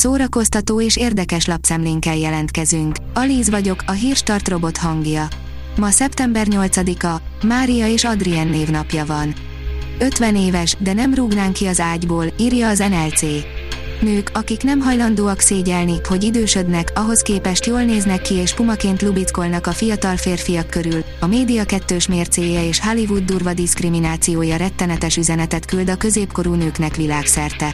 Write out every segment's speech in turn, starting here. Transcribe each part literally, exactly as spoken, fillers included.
szórakoztató és érdekes lapszemlénkkel jelentkezünk. Alíz vagyok, a Hírstart robot hangja. Ma szeptember nyolcadika, Mária és Adrien névnapja van. ötven éves, de nem rúgnánk ki az ágyból, írja az en el cé. Nők, akik nem hajlandóak szégyelni, hogy idősödnek, ahhoz képest jól néznek ki és pumaként lubickolnak a fiatal férfiak körül, a média kettős mércéje és Hollywood durva diszkriminációja rettenetes üzenetet küld a középkorú nőknek világszerte.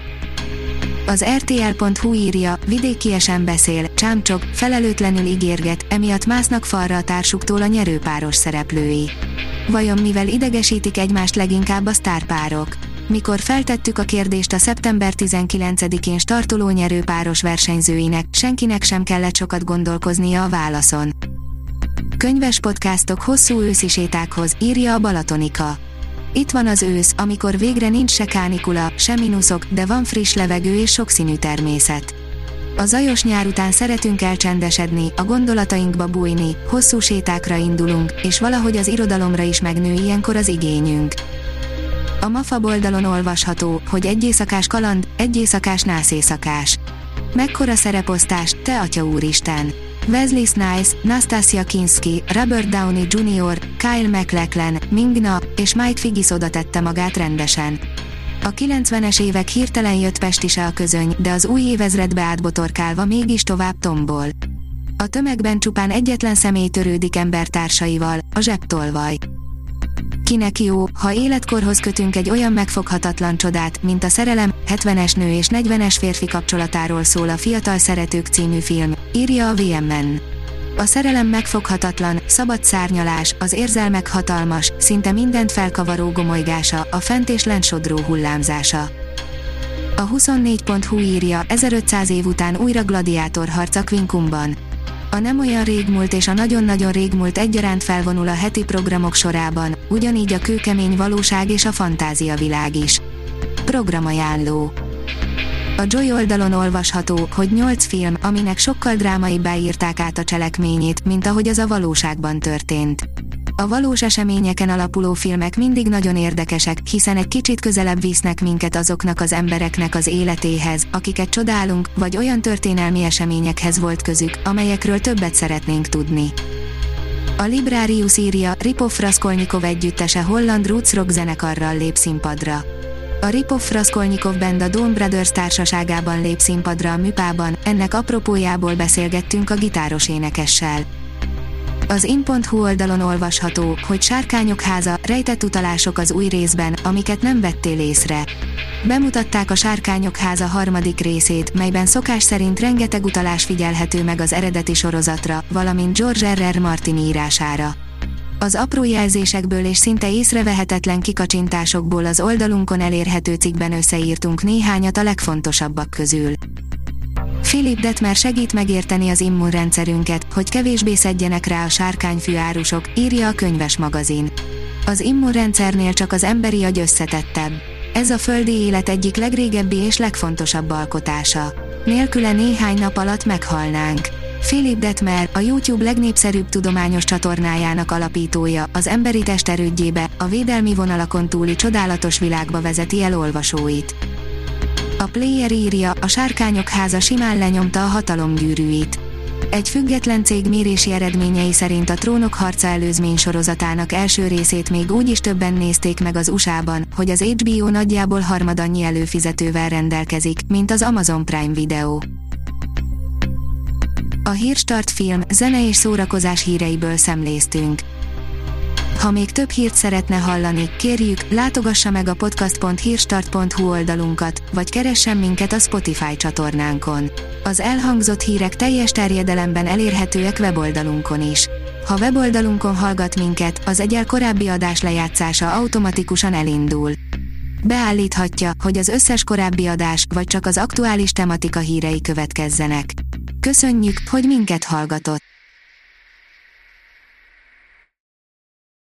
Az er té el pont hú írja, vidékiesen beszél, csámcsog, felelőtlenül ígérget, emiatt másznak falra a társuktól a nyerőpáros szereplői. Vajon mivel idegesítik egymást leginkább a sztárpárok? Mikor feltettük a kérdést a szeptember tizenkilencedikén startoló nyerőpáros versenyzőinek, senkinek sem kellett sokat gondolkoznia a válaszon. Könyves podcastok hosszú őszi sétákhoz, írja a Balatonika. Itt van az ősz, amikor végre nincs se kánikula, se mínuszok, de van friss levegő és sokszínű természet. A zajos nyár után szeretünk elcsendesedni, a gondolatainkba bújni, hosszú sétákra indulunk, és valahogy az irodalomra is megnő ilyenkor az igényünk. A MAFA oldalon olvasható, hogy egy éjszakás kaland, egy éjszakás nászészakás. Mekkora szereposztás, te atya úristen! Wesley Snipes, Nastasia Kinski, Robert Downey junior, Kyle MacLachlan, Ming-Na és Mike Figgis oda tette magát rendesen. A kilencvenes évek hirtelen jött pestise a közöny, de az új évezredbe átbotorkálva mégis tovább tombol. A tömegben csupán egyetlen személy törődik embertársaival, a zsebtolvaj. Kinek jó, ha életkorhoz kötünk egy olyan megfoghatatlan csodát, mint a Szerelem, hetvenes nő és negyvenes férfi kapcsolatáról szól a Fiatal szeretők című film, írja a vé em en. A szerelem megfoghatatlan, szabad szárnyalás, az érzelmek hatalmas, szinte mindent felkavaró gomolygása, a fent és lent sodró hullámzása. A huszonnégy pont hú írja, ezerötszáz év után újra gladiátor harc a Quincumban. A nem olyan régmúlt és a nagyon-nagyon régmúlt egyaránt felvonul a heti programok sorában, ugyanígy a kőkemény valóság és a fantázia világ is. Programajánló. A Joy oldalon olvasható, hogy nyolc film, aminek sokkal drámaibbá írták át a cselekményét, mint ahogy az a valóságban történt. A valós eseményeken alapuló filmek mindig nagyon érdekesek, hiszen egy kicsit közelebb visznek minket azoknak az embereknek az életéhez, akiket csodálunk, vagy olyan történelmi eseményekhez volt közük, amelyekről többet szeretnénk tudni. A Librarius írja, Ripoff Raskolnikov együttese holland roots rock zenekarral lép színpadra. A Ripoff Raskolnikov Band a Dawn Brothers társaságában lép színpadra a Műpában, ennek apropójából beszélgettünk a gitáros énekessel. Az in pont hú oldalon olvasható, hogy Sárkányok háza, rejtett utalások az új részben, amiket nem vettél észre. Bemutatták a Sárkányok háza harmadik részét, melyben szokás szerint rengeteg utalás figyelhető meg az eredeti sorozatra, valamint George er er. Martin írására. Az apró jelzésekből és szinte észrevehetetlen kikacsintásokból az oldalunkon elérhető cikkben összeírtunk néhányat a legfontosabbak közül. Philip Detmer segít megérteni az immunrendszerünket, hogy kevésbé szedjenek rá a sárkányfű árusok, írja a Könyves magazin. Az immunrendszernél csak az emberi agy összetettebb. Ez a földi élet egyik legrégebbi és legfontosabb alkotása. Nélküle néhány nap alatt meghalnánk. Philip Detmer, a YouTube legnépszerűbb tudományos csatornájának alapítója, az emberi test erődjébe, a védelmi vonalakon túli csodálatos világba vezeti el olvasóit. A Player írja, a Sárkányok háza simán lenyomta a hatalomgyűrűit. Egy független cég mérési eredményei szerint a Trónok harca előzmény sorozatának első részét még úgy is többen nézték meg az u es á-ban, hogy az há bé o nagyjából harmadannyi előfizetővel rendelkezik, mint az Amazon Prime Video. A Hírstart film, zene és szórakozás híreiből szemléztünk. Ha még több hírt szeretne hallani, kérjük, látogassa meg a podcast pont hírstart pont hú oldalunkat, vagy keressen minket a Spotify csatornánkon. Az elhangzott hírek teljes terjedelemben elérhetőek weboldalunkon is. Ha weboldalunkon hallgat minket, az egyel korábbi adás lejátszása automatikusan elindul. Beállíthatja, hogy az összes korábbi adás, vagy csak az aktuális tematika hírei következzenek. Köszönjük, hogy minket hallgatott!